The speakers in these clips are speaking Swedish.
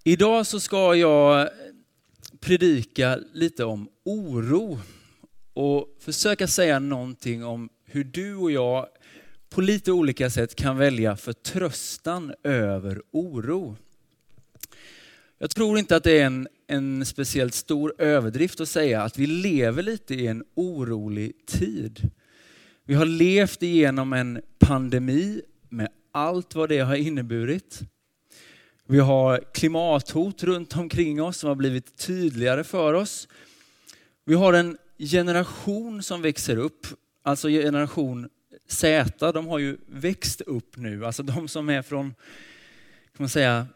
Idag så ska jag predika lite om oro och försöka säga någonting om hur du och jag på lite olika sätt kan välja förtröstan över oro. Jag tror inte att det är en speciellt stor överdrift att säga att vi lever lite i en orolig tid. Vi har levt igenom en pandemi med allt vad det har inneburit. Vi har klimathot runt omkring oss som har blivit tydligare för oss. Vi har en generation som växer upp, alltså generation Z, de har ju växt upp nu. Alltså de som är från, kan man säga,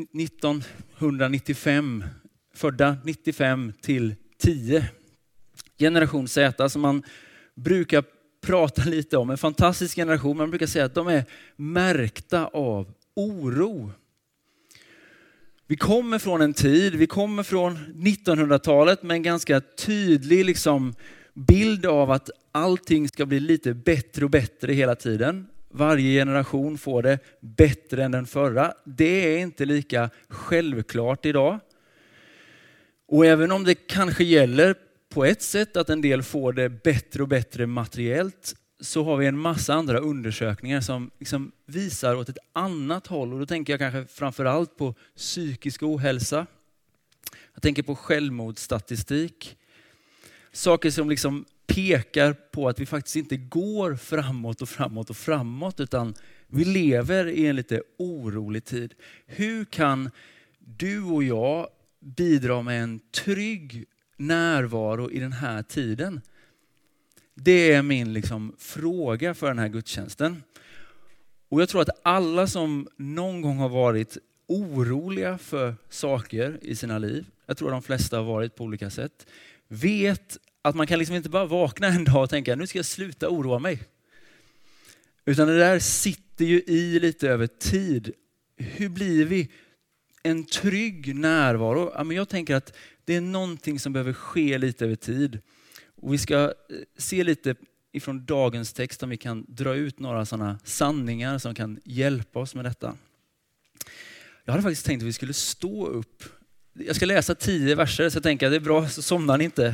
1995, födda 95 till 10. Generation Z som man brukar prata lite om, en fantastisk generation. Man brukar säga att de är märkta av oro. Vi kommer från en tid, vi kommer från 1900-talet med en ganska tydlig bild av att allting ska bli lite bättre och bättre hela tiden. Varje generation får det bättre än den förra. Det är inte lika självklart idag. Och även om det kanske gäller på ett sätt att en del får det bättre och bättre materiellt, så har vi en massa andra undersökningar som visar åt ett annat håll. Och då tänker jag kanske framförallt på psykisk ohälsa. Jag tänker på självmordsstatistik. Saker som pekar på att vi faktiskt inte går framåt, utan vi lever i en lite orolig tid. Hur kan du och jag bidra med en trygg närvaro i den här tiden? Det är min fråga för den här gudstjänsten. Och jag tror att alla som någon gång har varit oroliga för saker i sina liv, jag tror att de flesta har varit på olika sätt, vet att man kan inte bara vakna en dag och tänka nu ska jag sluta oroa mig. Utan det där sitter ju i lite över tid. Hur blir vi en trygg närvaro? Ja, men jag tänker att det är någonting som behöver ske lite över tid. Och vi ska se lite ifrån dagens text om vi kan dra ut några sådana sanningar som kan hjälpa oss med detta. Jag hade faktiskt tänkt att vi skulle stå upp. Jag ska läsa 10 verser så jag tänker att det är bra så somnar ni inte.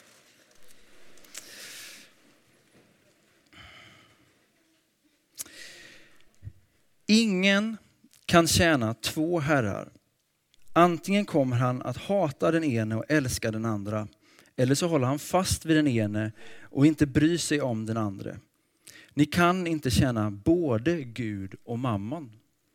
Ingen kan tjäna 2 herrar. Antingen kommer han att hata den ene och älska den andra. Eller så håller han fast vid den ene och inte bryr sig om den andra. Ni kan inte tjäna både Gud och mammon.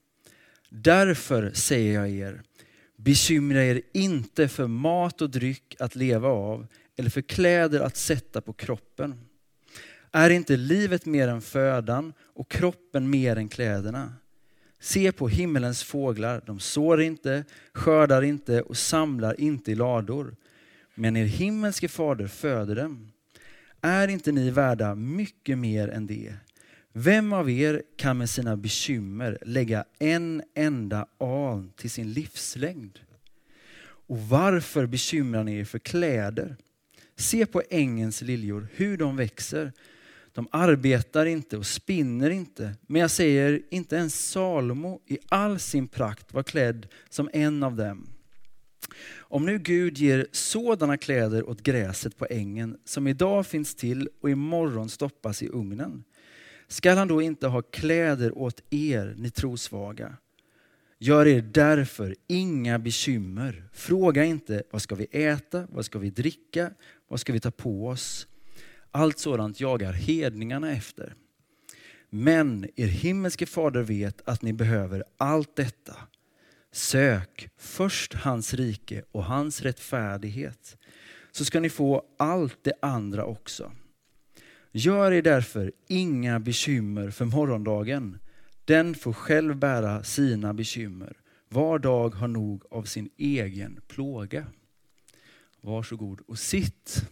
Därför säger jag er, bekymra er inte för mat och dryck att leva av eller för kläder att sätta på kroppen. Är inte livet mer än födan och kroppen mer än kläderna? Se på himmelens fåglar, de sår inte, skördar inte och samlar inte i lador. Men er himmelske fader föder dem. Är inte ni värda mycket mer än det? Vem av er kan med sina bekymmer lägga en enda aln till sin livslängd? Och varför bekymrar ni er för kläder? Se på ängens liljor, hur de växer. De arbetar inte och spinner inte. Men jag säger, inte ens Salomo i all sin prakt var klädd som en av dem. Om nu Gud ger sådana kläder åt gräset på ängen som idag finns till och imorgon stoppas i ugnen, skall han då inte ha kläder åt er, ni trosvaga? Gör er därför inga bekymmer. Fråga inte, vad ska vi äta, vad ska vi dricka, vad ska vi ta på oss? Allt sådant jagar hedningarna efter. Men er himmelske fader vet att ni behöver allt detta. Sök först hans rike och hans rättfärdighet, så ska ni få allt det andra också. Gör er därför inga bekymmer för morgondagen. Den får själv bära sina bekymmer. Var dag har nog av sin egen plåga. Varsågod och sitt.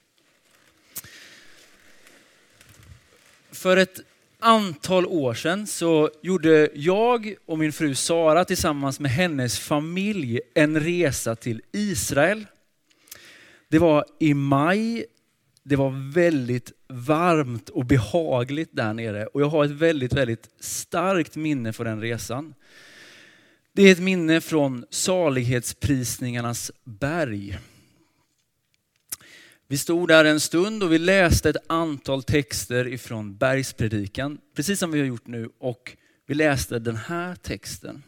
För ett antal år sedan så gjorde jag och min fru Sara tillsammans med hennes familj en resa till Israel. Det var i maj. Det var väldigt varmt och behagligt där nere. Och jag har ett väldigt, väldigt starkt minne för den resan. Det är ett minne från salighetsprisningarnas berg. Vi stod där en stund och vi läste ett antal texter ifrån bergspredikan, precis som vi har gjort nu, och vi läste den här texten.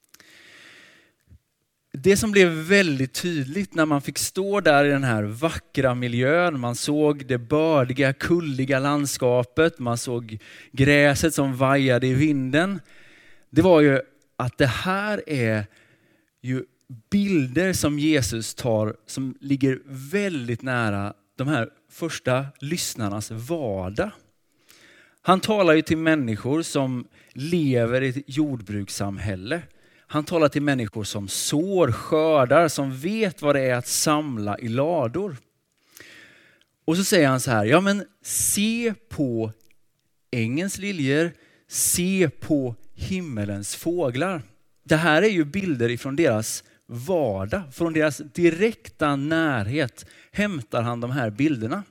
Det som blev väldigt tydligt när man fick stå där i den här vackra miljön, man såg det bördiga, kulliga landskapet, man såg gräset som vajade i vinden. Det var ju att det här är ju bilder som Jesus tar som ligger väldigt nära de här första lyssnarnas vardag. Han talar ju till människor som lever i ett jordbrukssamhälle. Han talar till människor som sår, skördar, som vet vad det är att samla i lador. Och så säger han så här, ja men se på ängens liljor, se på himmelens fåglar. Det här är ju bilder ifrån deras vardag, från deras direkta närhet hämtar han de här bilderna.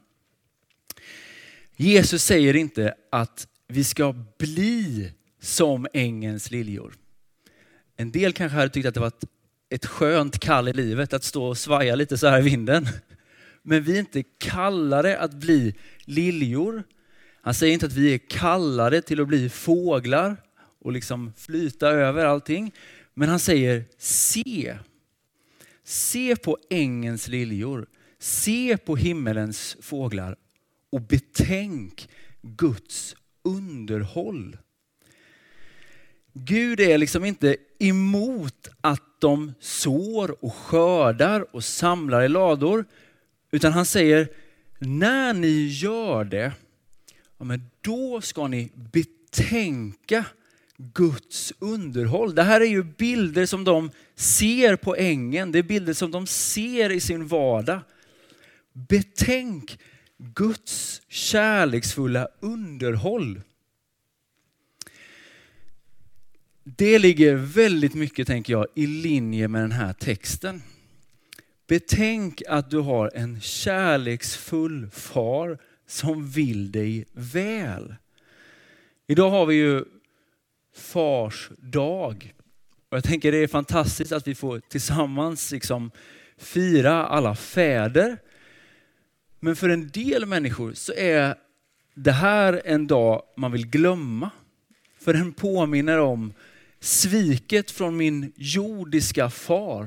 Jesus säger inte att vi ska bli som ängens liljor. En del kanske hade tyckt att det var ett skönt kall i livet att stå och svaja lite så här i vinden. Men vi är inte kallade att bli liljor. Han säger inte att vi är kallade till att bli fåglar och liksom flyta över allting. Men han säger se på ängens liljor, se på himmelens fåglar och betänk Guds underhåll. Gud är liksom inte emot att de sår och skördar och samlar i lador. Utan han säger, när ni gör det, ja, men då ska ni betänka Guds underhåll. Det här är ju bilder som de ser på ängen. Det är bilder som de ser i sin vardag. Betänk Guds kärleksfulla underhåll. Det ligger väldigt mycket, tänker jag, i linje med den här texten. Betänk att du har en kärleksfull far som vill dig väl. Idag har vi ju Fars dag. Och jag tänker det är fantastiskt att vi får tillsammans liksom fira alla fäder. Men för en del människor så är det här en dag man vill glömma. För den påminner om sviket från min jordiska far.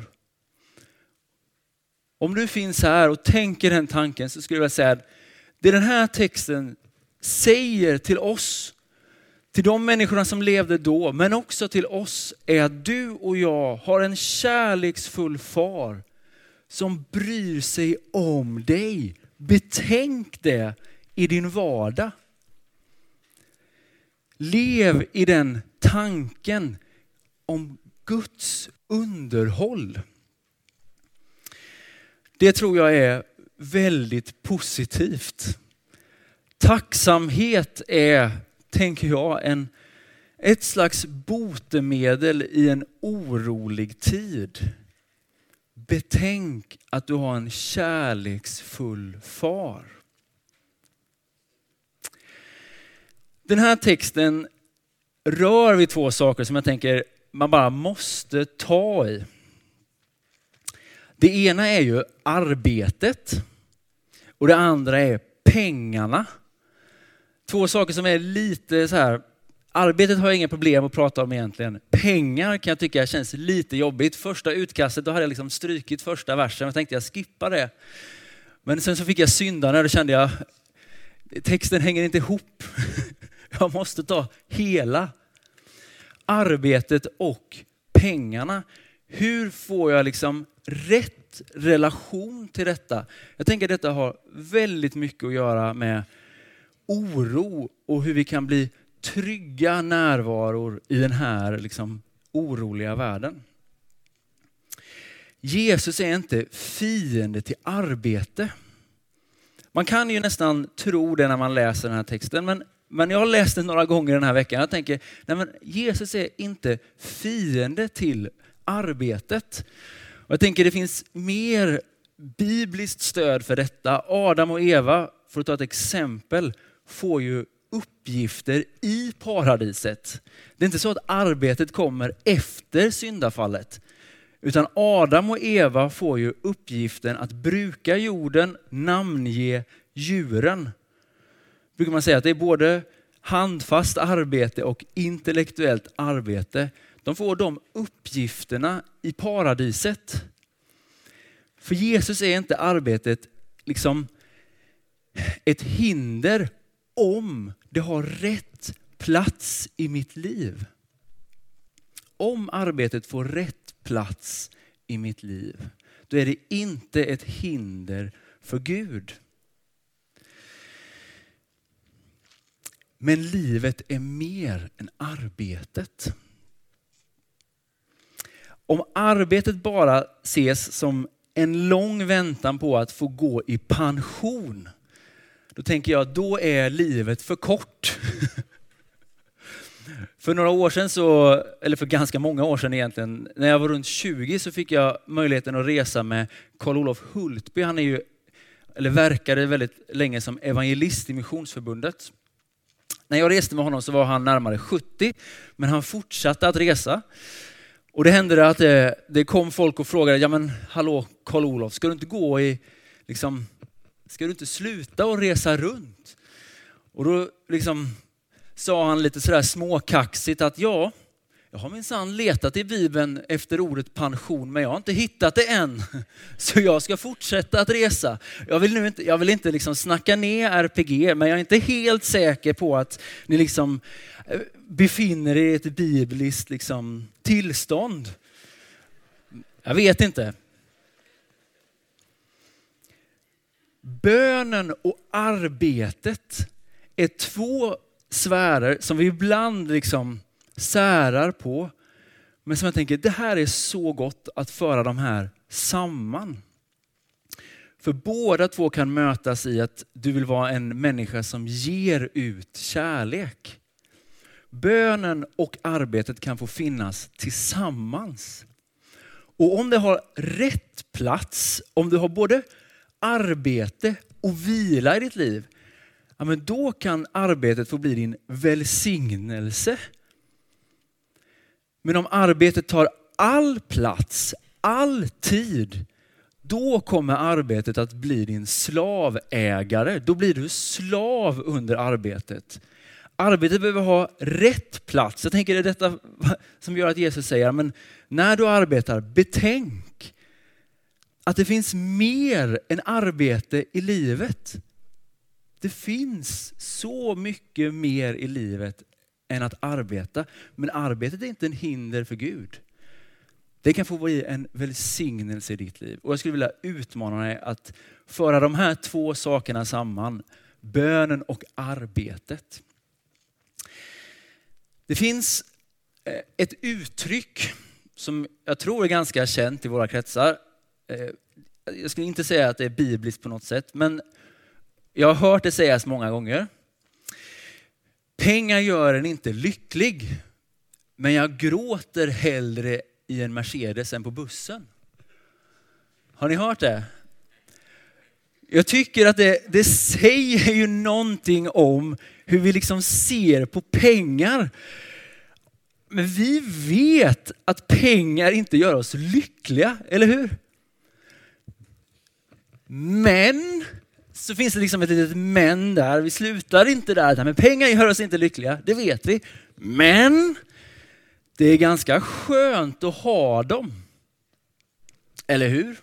Om du finns här och tänker den tanken så skulle jag säga att det den här texten säger till oss, till de människorna som levde då, men också till oss, är att du och jag har en kärleksfull far som bryr sig om dig. Betänk det i din vardag. Lev i den tanken om Guds underhåll. Det tror jag är väldigt positivt. Tacksamhet är, tänker jag, ett slags botemedel i en orolig tid. Betänk att du har en kärleksfull far. Den här texten rör vid två saker som jag tänker man bara måste ta i. Det ena är ju arbetet och det andra är pengarna. Två saker som är lite så här, arbetet har jag inga problem att prata om egentligen. Pengar kan jag tycka känns lite jobbigt. Första utkastet då hade jag liksom strykit första versen och tänkte jag skippa det. Men sen så fick jag syndarna och då kände jag texten hänger inte ihop. Jag måste ta hela arbetet och pengarna. Hur får jag liksom rätt relation till detta? Jag tänker att detta har väldigt mycket att göra med oro och hur vi kan bli trygga närvaror i den här liksom oroliga världen. Jesus är inte fiende till arbete. Man kan ju nästan tro det när man läser den här texten, men jag har läst det några gånger den här veckan. Jag tänker, nej men Jesus är inte fiende till arbetet. Och jag tänker det finns mer bibliskt stöd för detta. Adam och Eva, för att ta ett exempel, får ju uppgifter i paradiset. Det är inte så att arbetet kommer efter syndafallet. Utan Adam och Eva får ju uppgiften att bruka jorden, namnge djuren. Brukar man säga att det är både handfast arbete och intellektuellt arbete. De får de uppgifterna i paradiset. För Jesus är inte arbetet liksom ett hinder om det har rätt plats i mitt liv. Om arbetet får rätt plats i mitt liv, då är det inte ett hinder för Gud. Men livet är mer än arbetet. Om arbetet bara ses som en lång väntan på att få gå i pension, då tänker jag att då är livet för kort. För några år sedan, eller för ganska många år sedan egentligen, när jag var runt 20 så fick jag möjligheten att resa med Karl-Olof Hultby. Han är verkade väldigt länge som evangelist i Missionsförbundet. När jag reste med honom så var han närmare 70, men han fortsatte att resa. Och det hände att det kom folk och frågade, ja men hallå Karl-Olof, ska du inte gå i, ska du inte sluta och resa runt? Och då sa han lite sådär småkaxigt att jag har minsann letat i Bibeln efter ordet pension, men jag har inte hittat det än. Så jag ska fortsätta att resa. Jag vill inte snacka ner RPG, men jag är inte helt säker på att ni befinner er i ett bibliskt tillstånd. Jag vet inte. Bönen och arbetet är två sfärer som vi ibland särar på. Men som jag tänker, det här är så gott att föra de här samman. För båda två kan mötas i att du vill vara en människa som ger ut kärlek. Bönen och arbetet kan få finnas tillsammans. Och om det har rätt plats, om du har både arbete och vila i ditt liv, ja, men då kan arbetet få bli din välsignelse. Men om arbetet tar all plats, all tid, då kommer arbetet att bli din slavägare. Då blir du slav under arbetet. Arbetet behöver ha rätt plats. Jag tänker det är detta som gör att Jesus säger, men när du arbetar, betänk att det finns mer än arbete i livet. Det finns så mycket mer i livet än att arbeta. Men arbetet är inte en hinder för Gud. Det kan få bli en välsignelse i ditt liv. Och jag skulle vilja utmana dig att föra de här två sakerna samman. Bönen och arbetet. Det finns ett uttryck som jag tror är ganska känt i våra kretsar. Jag skulle inte säga att det är bibliskt på något sätt, men jag har hört det sägas många gånger. Pengar gör en inte lycklig, men jag gråter hellre i en Mercedes än på bussen. Har ni hört det? Jag tycker att det säger ju någonting om hur vi ser på pengar. Men vi vet att pengar inte gör oss lyckliga, eller hur? Men så finns det ett litet men där. Vi slutar inte där. Men pengar gör oss inte lyckliga, det vet vi. Men det är ganska skönt att ha dem. Eller hur?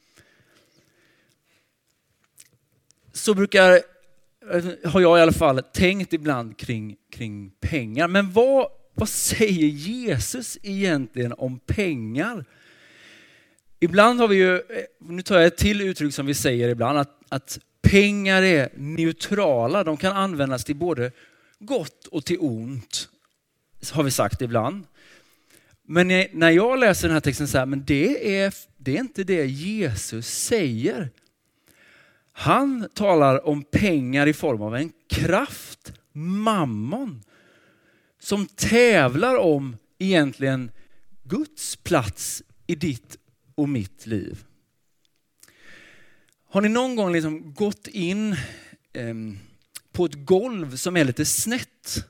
Så har jag i alla fall tänkt ibland kring pengar. Men vad säger Jesus egentligen om pengar? Ibland har vi ju, nu tar jag ett till uttryck som vi säger ibland, att pengar är neutrala. De kan användas till både gott och till ont, har vi sagt ibland. Men när jag läser den här texten så här, men det är inte det Jesus säger. Han talar om pengar i form av en kraft, mammon, som tävlar om egentligen Guds plats i ditt och mitt liv. Har ni någon gång gått in på ett golv som är lite snett.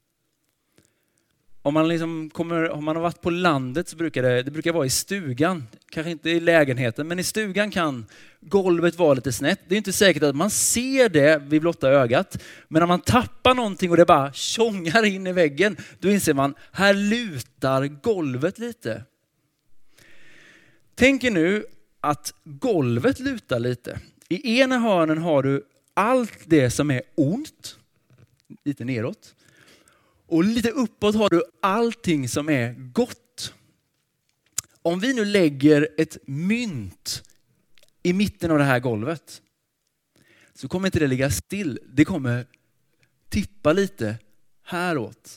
Om man har varit på landet så brukar det brukar vara i stugan. Kanske inte i lägenheten, men i stugan kan golvet vara lite snett. Det är inte säkert att man ser det vid blotta ögat. Men när man tappar någonting och det bara tjongar in i väggen, då inser man, här lutar golvet lite. Tänk er nu att golvet lutar lite. I ena hörnen har du allt det som är ont, lite neråt. Och lite uppåt har du allting som är gott. Om vi nu lägger ett mynt i mitten av det här golvet, så kommer inte det ligga still. Det kommer tippa lite häråt.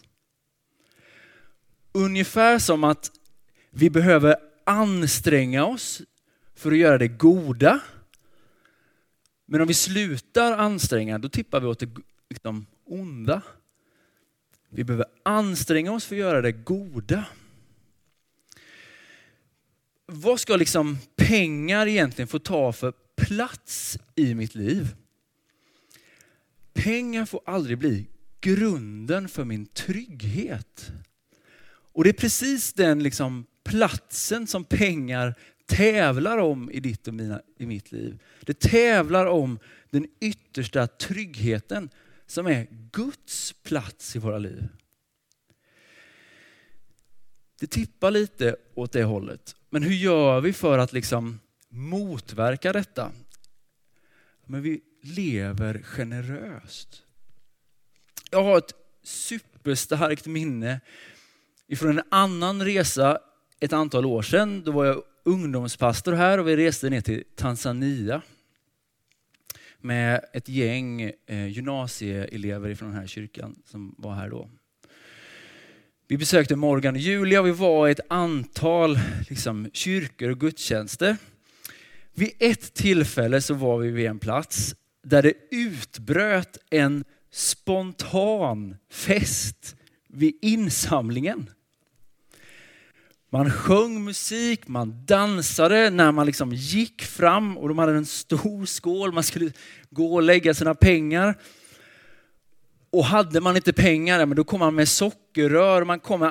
Ungefär som att vi behöver anstränga oss för att göra det goda. Men om vi slutar anstränga, då tippar vi åt det onda. Vi behöver anstränga oss för att göra det goda. Vad ska pengar egentligen få ta för plats i mitt liv? Pengar får aldrig bli grunden för min trygghet. Och det är precis den platsen som pengar tävlar om i ditt och i mitt liv. Det tävlar om den yttersta tryggheten som är Guds plats i våra liv. Det tippar lite åt det hållet. Men hur gör vi för att motverka detta? Men vi lever generöst. Jag har ett superstarkt minne ifrån en annan resa ett antal år sedan. Då var jag ungdomspastor här och vi reste ner till Tanzania med ett gäng gymnasieelever från den här kyrkan som var här då. Vi besökte Morgan och Julia och vi var i ett antal kyrkor och gudstjänster. Vid ett tillfälle så var vi vid en plats där det utbröt en spontan fest vid insamlingen. Man sjöng musik, man dansade när man gick fram och de hade en stor skål. Man skulle gå och lägga sina pengar. Och hade man inte pengar, men då kom man med sockerrör.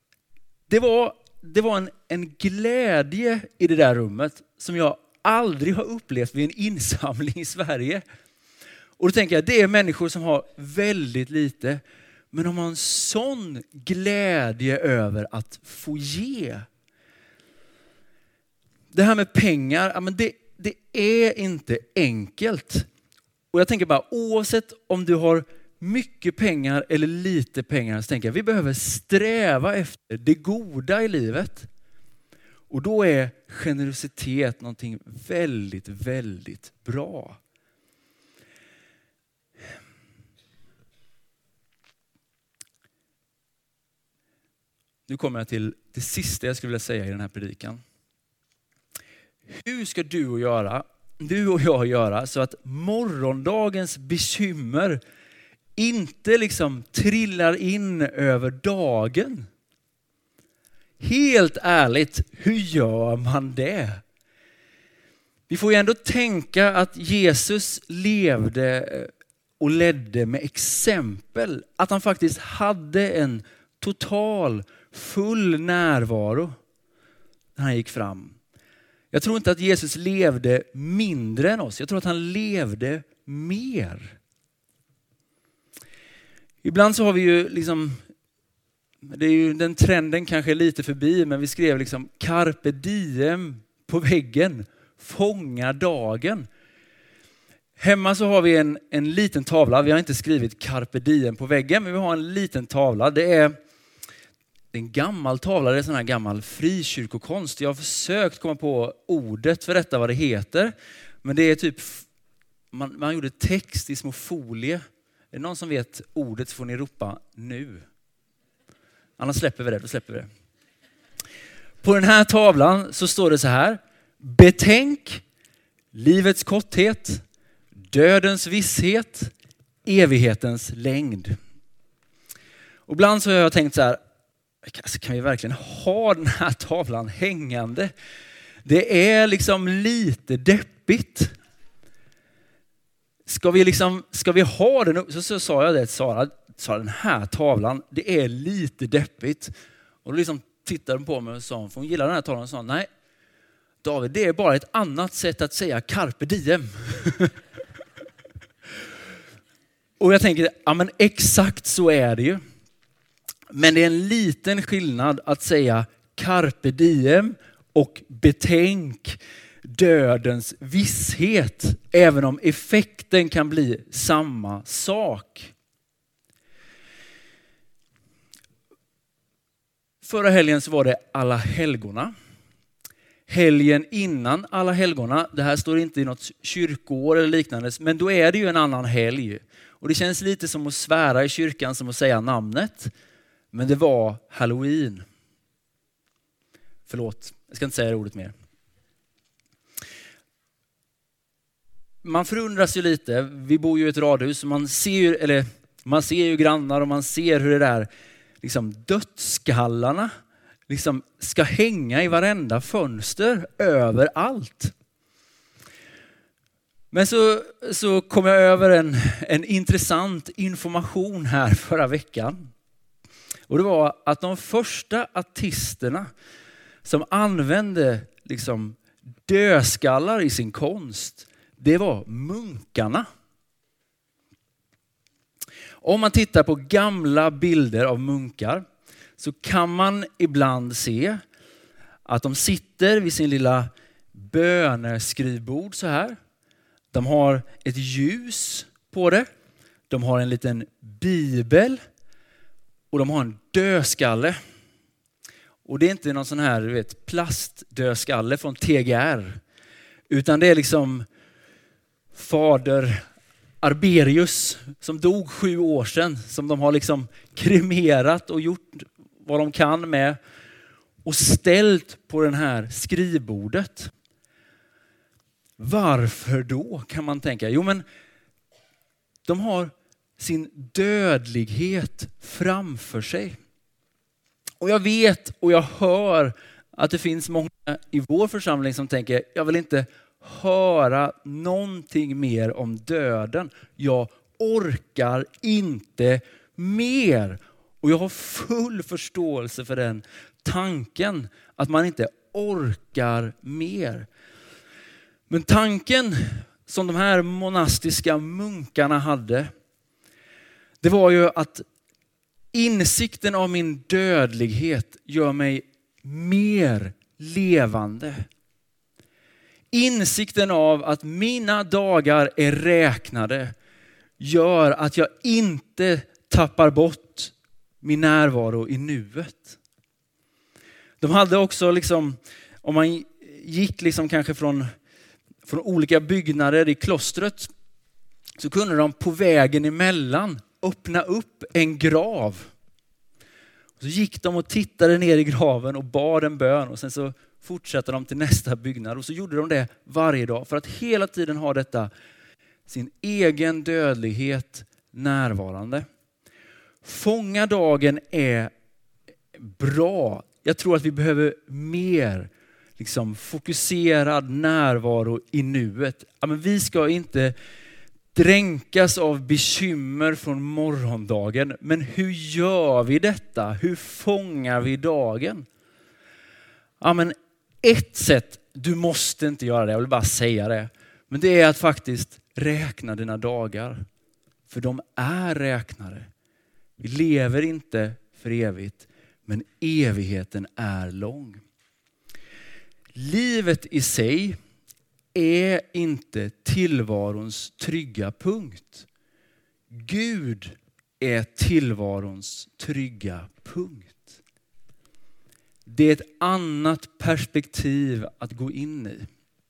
Det var en glädje i det där rummet som jag aldrig har upplevt vid en insamling i Sverige. Och då tänker jag, det är människor som har väldigt lite. Men de har en sån glädje över att få ge. Det här med pengar, det är inte enkelt. Och jag tänker bara, oavsett om du har mycket pengar eller lite pengar, så tänker jag vi behöver sträva efter det goda i livet. Och då är generositet någonting väldigt, väldigt bra. Nu kommer jag till det sista jag skulle vilja säga i den här predikan. Hur ska du och jag göra så att morgondagens bekymmer inte trillar in över dagen? Helt ärligt, hur gör man det? Vi får ju ändå tänka att Jesus levde och ledde med exempel. Att han faktiskt hade en total, full närvaro när han gick fram. Jag tror inte att Jesus levde mindre än oss. Jag tror att han levde mer. Ibland så har vi ju det är ju den trenden kanske är lite förbi, men vi skrev carpe diem på väggen. Fånga dagen. Hemma så har vi en liten tavla. Vi har inte skrivit carpe diem på väggen, men vi har en liten tavla. Det är en gammal tavla, det är sån här gammal frikyrkokonst. Jag har försökt komma på ordet för detta, vad det heter. Men det är typ, man gjorde text i små folie. Är det någon som vet ordet så får ni ropa nu. Annars släpper vi det. På den här tavlan så står det så här: betänk livets korthet, dödens visshet, evighetens längd. Och ibland så har jag tänkt så här, kan vi verkligen ha den här tavlan hängande? Det är lite deppigt. ska vi ha den? Så sa jag det till Sara, den här tavlan, det är lite deppigt. Och då liksom tittade hon på mig och sa, för hon gillar den här tavlan, och sa, nej David, det är bara ett annat sätt att säga carpe diem. Och jag tänker, ja men exakt så är det ju. Men det är en liten skillnad att säga carpe diem och betänk dödens visshet, även om effekten kan bli samma sak. Förra helgen så var det alla helgona. Helgen innan alla helgona, det här står inte i något kyrkoår eller liknande, men då är det ju en annan helg. Och det känns lite som att svära i kyrkan, som att säga namnet. Men det var Halloween. Förlåt, jag ska inte säga det ordet mer. Man förundras ju lite, vi bor ju i ett radhus och man ser ju grannar och man ser hur det där liksom dödsskallarna liksom ska hänga i varenda fönster överallt. Men så kom jag över en intressant information här förra veckan. Och det var att de första artisterna som använde liksom dödskallar i sin konst, det var munkarna. Om man tittar på gamla bilder av munkar så kan man ibland se att de sitter vid sin lilla böneskrivbord så här. De har ett ljus på det. De har en liten bibel. Och de har en dödskalle. Och det är inte någon sån här plastdödskalle från TGR. Utan det är liksom fader Arberius som dog 7 år sedan. Som de har liksom kremerat och gjort vad de kan med. Och ställt på den här skrivbordet. Varför då, kan man tänka? Jo, men de har sin dödlighet framför sig. Och jag vet och jag hör att det finns många i vår församling som tänker, jag vill inte höra någonting mer om döden. Jag orkar inte mer. Och jag har full förståelse för den tanken, att man inte orkar mer. Men tanken som de här monastiska munkarna hade, det var ju att insikten av min dödlighet gör mig mer levande. Insikten av att mina dagar är räknade gör att jag inte tappar bort min närvaro i nuet. De hade också liksom, om man gick liksom kanske från olika byggnader i klostret, så kunde de på vägen emellan öppna upp en grav. Och så gick de och tittade ner i graven och bad en bön, och sen så fortsatte de till nästa byggnad, och så gjorde de det varje dag för att hela tiden ha detta, sin egen dödlighet närvarande. Fånga dagen är bra. Jag tror att vi behöver mer liksom fokuserad närvaro i nuet. Ja, men vi ska inte dränkas av bekymmer från morgondagen. Men hur gör vi detta? Hur fångar vi dagen? Ja, men ett sätt, du måste inte göra det, jag vill bara säga det. Men det är att faktiskt räkna dina dagar. För de är räknade. Vi lever inte för evigt, men evigheten är lång. Livet i sig är inte tillvarons trygga punkt. Gud är tillvarons trygga punkt. Det är ett annat perspektiv att gå in i.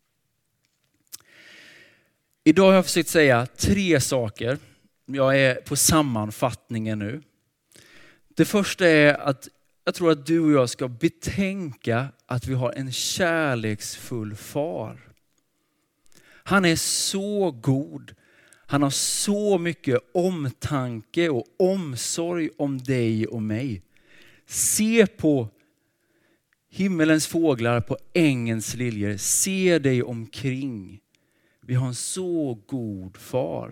Idag har jag försökt säga 3 saker. Jag är på sammanfattningen nu. Det första är att jag tror att du och jag ska betänka att vi har en kärleksfull far. Han är så god. Han har så mycket omtanke och omsorg om dig och mig. Se på himmelens fåglar, på ängens liljor. Se dig omkring. Vi har en så god far.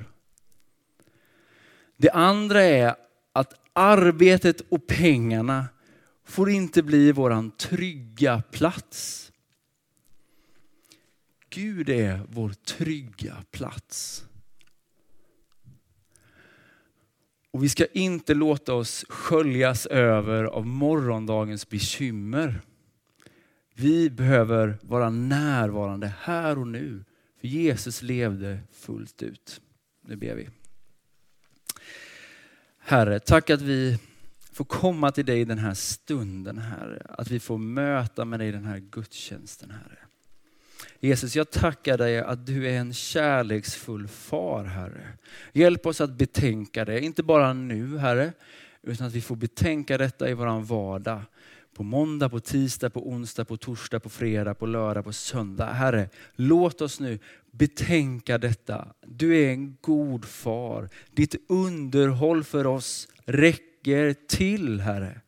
Det andra är att arbetet och pengarna får inte bli våran trygga plats. Gud är vår trygga plats. Och vi ska inte låta oss sköljas över av morgondagens bekymmer. Vi behöver vara närvarande här och nu. För Jesus levde fullt ut. Nu ber vi. Herre, tack att vi får komma till dig den här stunden, Herre. Att vi får möta med dig den här gudstjänsten, Herre. Jesus, jag tackar dig att du är en kärleksfull far, Herre. Hjälp oss att betänka det, inte bara nu, Herre, utan att vi får betänka detta i våran vardag. På måndag, på tisdag, på onsdag, på torsdag, på fredag, på lördag, på söndag. Herre, låt oss nu betänka detta. Du är en god far. Ditt underhåll för oss räcker till, Herre.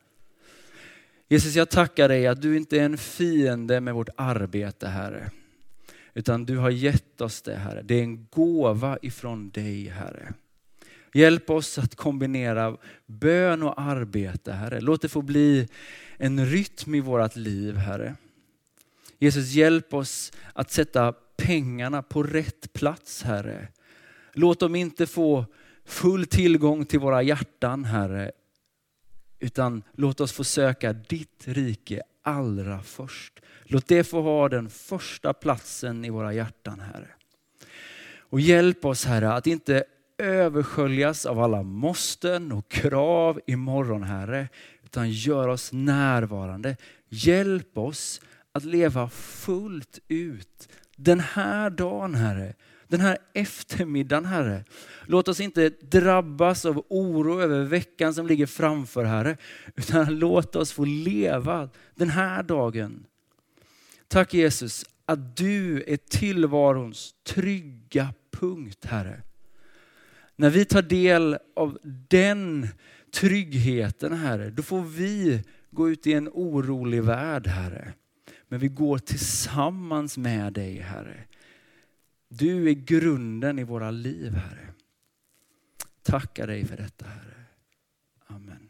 Jesus, jag tackar dig att du inte är en fiende med vårt arbete, Herre. Utan du har gett oss det, Herre. Det är en gåva ifrån dig, Herre. Hjälp oss att kombinera bön och arbete, Herre. Låt det få bli en rytm i vårt liv, Herre. Jesus, hjälp oss att sätta pengarna på rätt plats, Herre. Låt dem inte få full tillgång till våra hjärtan, Herre. Utan låt oss få söka ditt rike allra först. Låt det få ha den första platsen i våra hjärtan, Herre. Och hjälp oss, Herre, att inte översköljas av alla måsten och krav imorgon, Herre. Utan gör oss närvarande. Hjälp oss att leva fullt ut den här dagen, Herre. Den här eftermiddagen, Herre. Låt oss inte drabbas av oro över veckan som ligger framför, Herre. Utan låt oss få leva den här dagen. Tack Jesus att du är tillvarons trygga punkt, Herre. När vi tar del av den tryggheten, Herre, då får vi gå ut i en orolig värld, Herre. Men vi går tillsammans med dig, Herre. Du är grunden i våra liv, Herre. Tackar dig för detta, Herre. Amen.